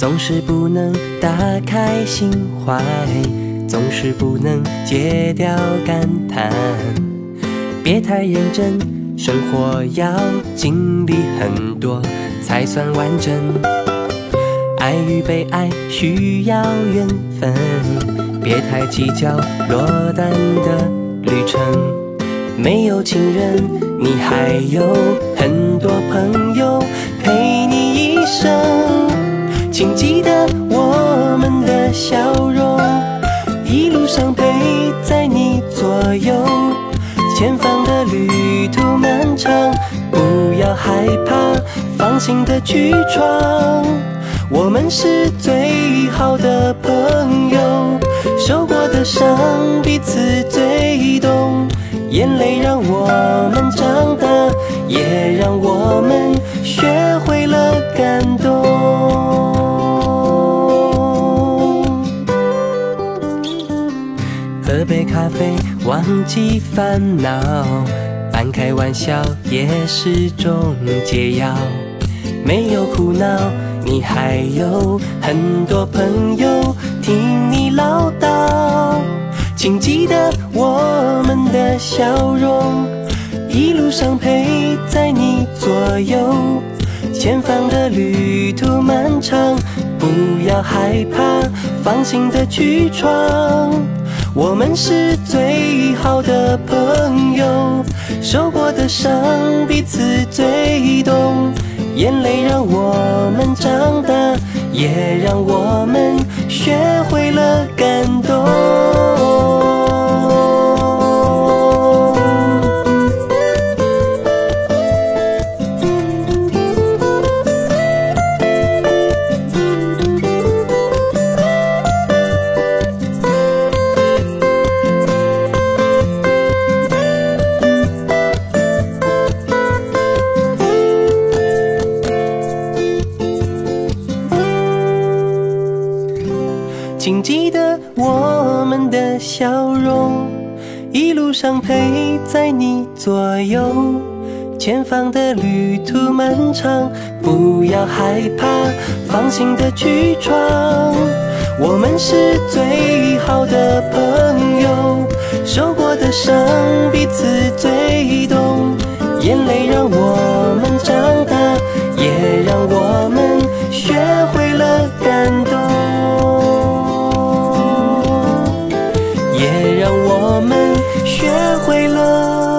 总是不能打开心怀，总是不能戒掉感叹。别太认真，生活要经历很多才算完整。爱与被爱需要缘分，别太计较落单的旅程。没有情人，你还有很多朋友陪你一生。请记得我们的笑容，一路上陪在你左右。前方的旅途漫长，不要害怕，放心的去闯。我们是最好的朋友，受过的伤彼此最懂。眼泪让我们长大，也让我们学会了感动。喝杯咖啡，忘记烦恼，半开玩笑也是种解药。没有苦恼，你还有很多朋友听你唠叨。请记得我们的笑容，一路上陪在你左右。前方的旅途漫长，不要害怕，放心的去闯。我们是最好的朋友，受过的伤彼此最懂。眼泪让我们长大，也让我们学会了感动。请记得我们的笑容，一路上陪在你左右。前方的旅途漫长，不要害怕，放心的去闯。我们是最好的朋友，受过的伤彼此最懂。眼泪让我们长大，也让我们学会了感动。也让我们学会了